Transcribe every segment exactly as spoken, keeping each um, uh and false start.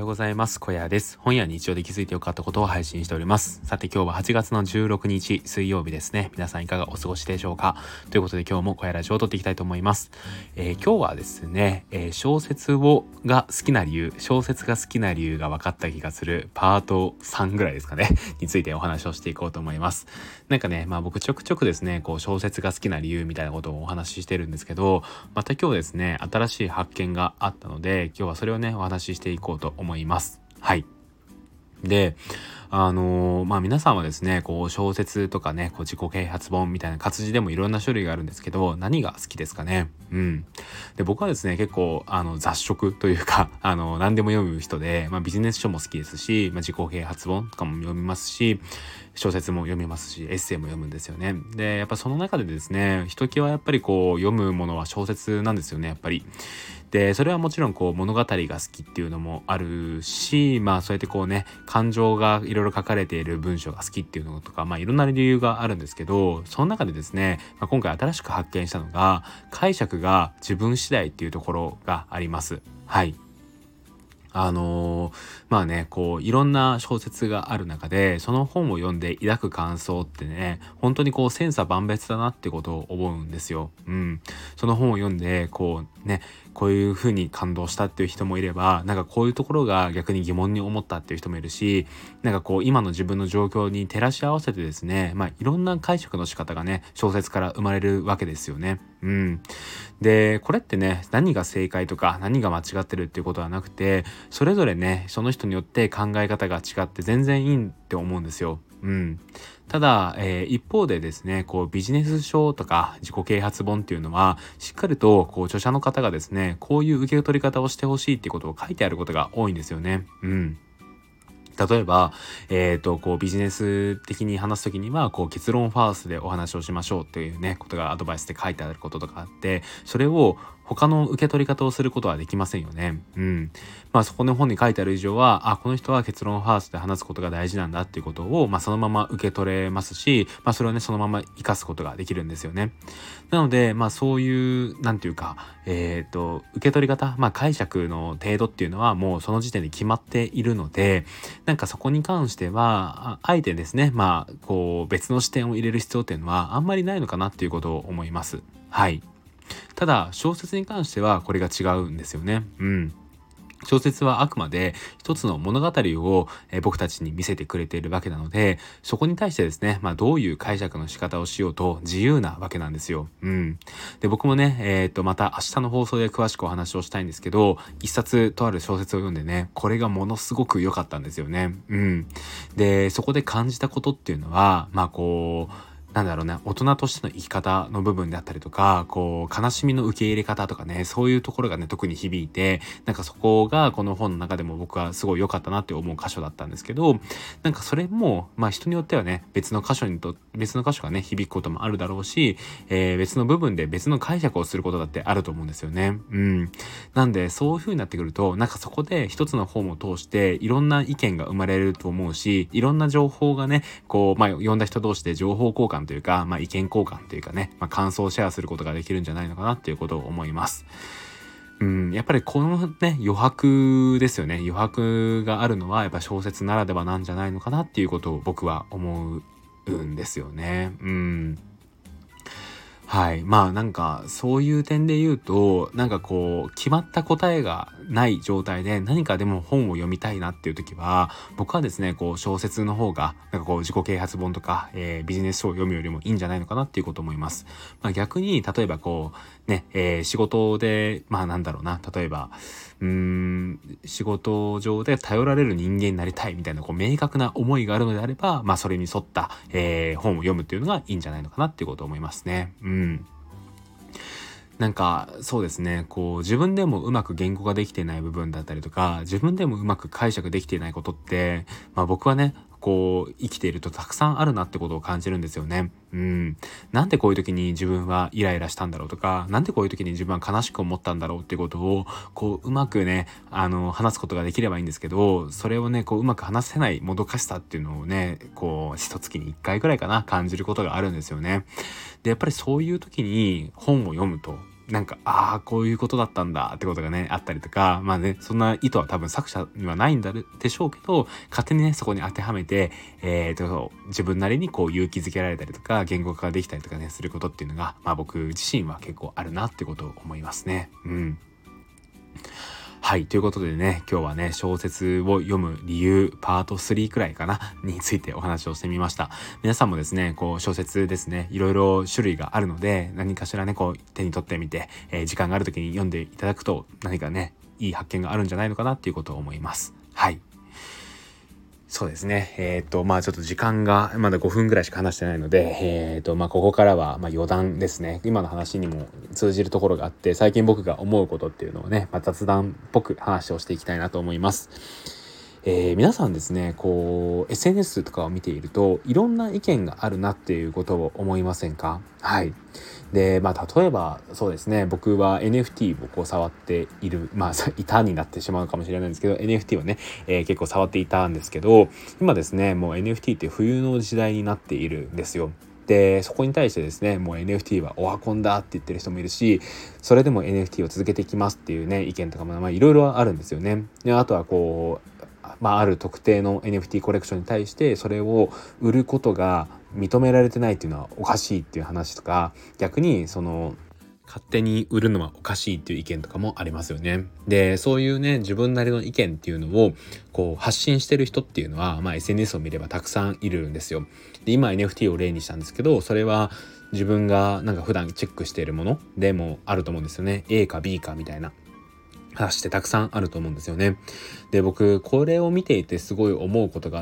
うございます。小屋です。本や日常で気づいてよかったことを配信しております。さて今日ははちがつのじゅうろくにち水曜日ですね。皆さんいかがお過ごしでしょうか。ということで今日も小屋ラジオを撮っていきたいと思います。えー、今日はですね、えー、小説をが好きな理由、小説が好きな理由が分かった気がするパートさんぐらいですかねについてお話をしていこうと思います。なんかね、まあ僕ちょくちょくですね、こう小説が好きな理由みたいなことをお話ししてるんですけど、また今日ですね、新しい発見があったので、今日はそれをねお話ししていこうと思います。はい。で、あのー、まあ皆さんはですね、こう小説とかね、こう自己啓発本みたいな活字でもいろんな種類があるんですけど、何が好きですかね。うん。で、僕はですね、結構あの雑食というか、あの何でも読む人で、まあビジネス書も好きですし、まあ自己啓発本とかも読みますし、小説も読みますし、エッセイも読むんですよね。で、やっぱその中でですね、ひときわやっぱりこう読むものは小説なんですよね、やっぱり。で、それはもちろんこう物語が好きっていうのもあるし、まあそうやってこうね、感情がいろいろ書かれている文章が好きっていうのとか、まあいろんな理由があるんですけど、その中でですね、まあ、今回新しく発見したのが、解釈が自分次第っていうところがあります。はい。あのー、まあね、こういろんな小説がある中で、その本を読んで抱く感想ってね、本当にこう千差万別だなってことを思うんですよ。うん。その本を読んで、こうね、こういう風に感動したっていう人もいれば、なんかこういうところが逆に疑問に思ったっていう人もいるし、なんかこう今の自分の状況に照らし合わせてですね、まあいろんな解釈の仕方がね、小説から生まれるわけですよね。うん。で、これってね、何が正解とか何が間違ってるっていうことはなくて、それぞれね、その人によって考え方が違って全然いいって思うんですよ。うん。ただ、えー一方でですね、こうビジネス書とか自己啓発本っていうのは、しっかりとこう著者の方がですね、こういう受け取り方をしてほしいっていうことを書いてあることが多いんですよね。うん。例えば、えっと、こうビジネス的に話すときには、こう結論ファーストでお話をしましょうっていうね、ことがアドバイスで書いてあることとかあって、それを他の受け取り方をすることはできませんよね。うん。まあそこの本に書いてある以上は、あ、この人は結論ファーストで話すことが大事なんだっていうことを、まあそのまま受け取れますし、まあそれをね、そのまま活かすことができるんですよね。なので、まあそういう、なんていうか、えっと、受け取り方、まあ解釈の程度っていうのはもうその時点で決まっているので、なんかそこに関しては、ああえてですね、まあ、こう別の視点を入れる必要っていうのはあんまりないのかなっていうことを思います。はい。ただ、小説に関してはこれが違うんですよね。うん。小説はあくまで一つの物語を、えー僕たちに見せてくれているわけなので、そこに対してですね、まあどういう解釈の仕方をしようと自由なわけなんですよ。うん。で、僕もね、えっと、また明日の放送で詳しくお話をしたいんですけど、一冊とある小説を読んでね、これがものすごく良かったんですよね。うん。で、そこで感じたことっていうのは、まあこう、なんだろうね、大人としての生き方の部分であったりとか、こう、悲しみの受け入れ方とかね、そういうところがね、特に響いて、なんかそこがこの本の中でも僕はすごい良かったなって思う箇所だったんですけど、なんかそれも、まあ人によってはね、別の箇所にと、別の箇所がね、響くこともあるだろうし、えー別の部分で別の解釈をすることだってあると思うんですよね。うん。なんで、そういう風になってくると、なんかそこで一つの本を通して、いろんな意見が生まれると思うし、いろんな情報がね、こう、まあ読んだ人同士で情報交換というか、まあ意見交換というかね、まあ感想をシェアすることができるんじゃないのかなっていうことを思います。うん、やっぱりこのね、余白ですよね。余白があるのはやっぱ小説ならではなんじゃないのかなっていうことを僕は思うんですよね。うん。はい。まあなんかそういう点で言うと、なんかこう決まった答えがない状態で何かでも本を読みたいなっていう時は、僕はですね、こう小説の方が、なんかこう自己啓発本とか、えービジネス書を読むよりもいいんじゃないのかなっていうことを思います。まあ逆に、例えばこう、ね、えー仕事で、まあなんだろうな、例えば、うーん、仕事上で頼られる人間になりたいみたいな、こう明確な思いがあるのであれば、まあそれに沿った、えー本を読むっていうのがいいんじゃないのかなっていうことを思いますね。うん。なんかそうですね、こう自分でもうまく言語ができていない部分だったりとか、自分でもうまく解釈できていないことって、まあ僕はね、こう生きているとたくさんあるなってことを感じるんですよね。うん。なんでこういう時に自分はイライラしたんだろうとか、なんでこういう時に自分は悲しく思ったんだろうっていうことを、こううまくね、あの、話すことができればいいんですけど、それをね、こううまく話せないもどかしさっていうのをね、こう一月に一回くらいかな、感じることがあるんですよね。で、やっぱりそういう時に本を読むとなんかああこういうことだったんだってことがねあったりとか、まあねそんな意図は多分作者にはないんだでしょうけど、勝手にねそこに当てはめて、えー、と自分なりにこう勇気づけられたりとか言語化ができたりとかねすることっていうのが、まあ僕自身は結構あるなってことを思いますね。うん。はい。ということでね、今日はね、小説を読む理由、パートスリーくらいかな、についてお話をしてみました。皆さんもですね、こう、小説ですね、いろいろ種類があるので、何かしらね、こう、手に取ってみて、えー、時間がある時に読んでいただくと、何かね、いい発見があるんじゃないのかなっていうことを思います。はい。そうですね。えっ、ー、と、まあちょっと時間がまだごふんぐらいしか話してないので、えっ、ー、と、まあここからはまあ余談ですね。今の話にも通じるところがあって、最近僕が思うことっていうのをね、まあ、雑談っぽく話をしていきたいなと思います。えー、皆さんですね、こう エスエヌエス とかを見ているといろんな意見があるなっていうことを思いませんか？はい。で、まあ例えばそうですね、僕は エヌエフティー をこう触っている、まあ板になってしまうかもしれないんですけど、 エヌエフティー をね、えー、結構触っていたんですけど、今ですね、もう エヌエフティー って冬の時代になっているんですよ。で、そこに対してですね、もう エヌエフティー はオワコンだって言ってる人もいるし、それでも エヌエフティー を続けていきますっていうね、意見とかもまあいろいろあるんですよね。で、あとはこう、まあ、ある特定の エヌエフティー コレクションに対してそれを売ることが認められてないっていうのはおかしいっていう話とか、逆にその勝手に売るのはおかしいっていう意見とかもありますよね。で、そういうね、自分なりの意見っていうのをこう発信してる人っていうのは、まあ、エスエヌエス を見ればたくさんいるんですよ。で、今 エヌエフティー を例にしたんですけど、それは自分がなんか普段チェックしているものでもあると思うんですよね。A か ビー かみたいな話ってたくさんあると思うんですよね。で、僕これを見ていてすごい思うことがあって、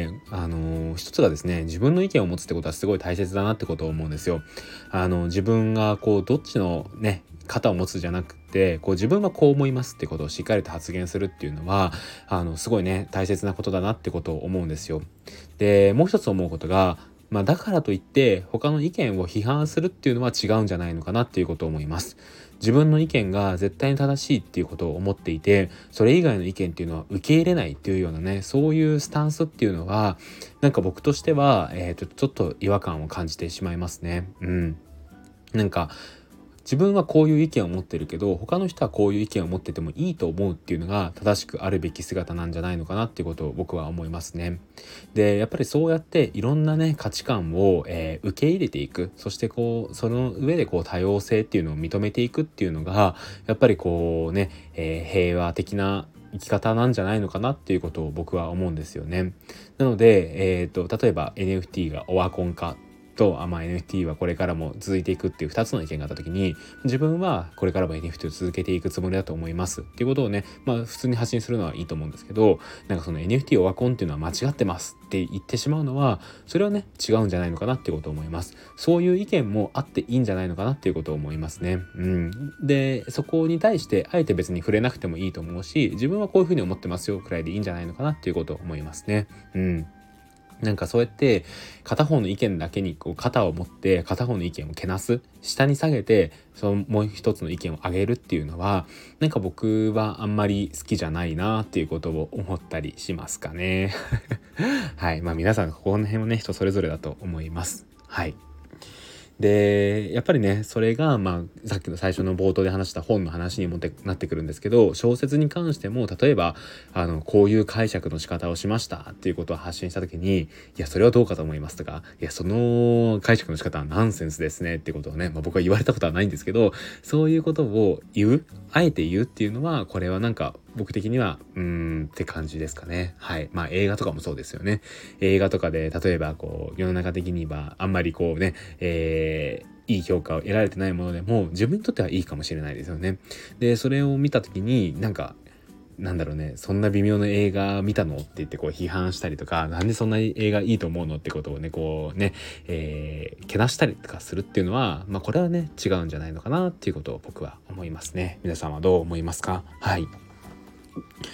あのー、一つがですね、自分の意見を持つってことはすごい大切だなってことを思うんですよ。あの自分がこうどっちのね肩を持つじゃなくて、こう自分はこう思いますってことをしっかりと発言するっていうのは、あのすごいね大切なことだなってことを思うんですよ。で、もう一つ思うことが、まあ、だからといって他の意見を批判するっていうのは違うんじゃないのかなっていうことを思います。自分の意見が絶対に正しいっていうことを思っていて、それ以外の意見っていうのは受け入れないっていうようなね、そういうスタンスっていうのはなんか僕としては、えーと、ちょっと違和感を感じてしまいますね。うん。なんか自分はこういう意見を持ってるけど他の人はこういう意見を持っててもいいと思うっていうのが正しくあるべき姿なんじゃないのかなっていうことを僕は思いますね。で、やっぱりそうやっていろんなね価値観を、えー、受け入れていく、そしてこうその上でこう多様性っていうのを認めていくっていうのがやっぱりこうね、えー、平和的な生き方なんじゃないのかなっていうことを僕は思うんですよね。なので、えーと、例えば エヌエフティー がオワコン化と、あまあ、エヌエフティー はこれからも続いていくっていうふたつの意見があった時に、自分はこれからも エヌエフティー を続けていくつもりだと思いますっていうことをね、まあ普通に発信するのはいいと思うんですけど、なんかその エヌエフティー オワコンっていうのは間違ってますって言ってしまうのは、それはね違うんじゃないのかなっていうことを思います。そういう意見もあっていいんじゃないのかなっていうことを思いますね。うん。で、そこに対してあえて別に触れなくてもいいと思うし、自分はこういうふうに思ってますよくらいでいいんじゃないのかなっていうことを思いますね。うん。なんかそうやって片方の意見だけにこう肩を持って片方の意見をけなす、下に下げてそのもう一つの意見を上げるっていうのはなんか僕はあんまり好きじゃないなっていうことを思ったりしますかね。はい。まあ皆さんここの辺はね人それぞれだと思います。はい。で、やっぱりねそれがまあさっきの最初の冒頭で話した本の話にもてなってくるんですけど、小説に関しても例えばあのこういう解釈の仕方をしましたっていうことを発信した時に、いやそれはどうかと思いますとか、いやその解釈の仕方はナンセンスですねっていうことをね、まあ、僕は言われたことはないんですけど、そういうことを言う、あえて言うっていうのはこれはなんか僕的にはうーんって感じですかね。はい。まあ映画とかもそうですよね。映画とかで例えばこう世の中的にはあんまりこうね、えーいい評価を得られてないものでも自分にとってはいいかもしれないですよね。で、それを見た時になんかなんだろうね、そんな微妙な映画見たのって言ってこう批判したりとか、なんでそんな映画いいと思うのってことをねこうね、えー、けなしたりとかするっていうのは、まあこれはね違うんじゃないのかなっていうことを僕は思いますね。皆さんはどう思いますか？はい。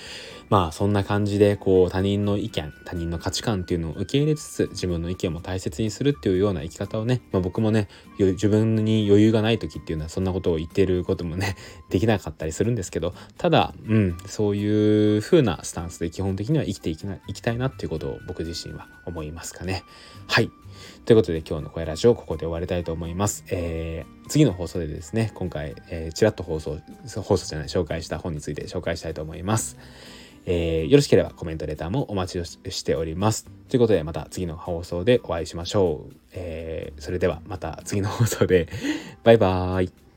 まあそんな感じでこう他人の意見他人の価値観っていうのを受け入れつつ自分の意見も大切にするっていうような生き方をね、まあ、僕もね自分に余裕がない時っていうのはそんなことを言ってることもねできなかったりするんですけど、ただうんそういう風なスタンスで基本的には生きていきな、いきたいなっていうことを僕自身は思いますかね。はい、ということで今日の声ラジオここで終わりたいと思います。えー、次の放送でですね今回、えー、ちらっと放送放送じゃない紹介した本について紹介したいと思います。えー、よろしければコメントレターもお待ちをしております。ということでまた次の放送でお会いしましょう。えー、それではまた次の放送でバイバーイ。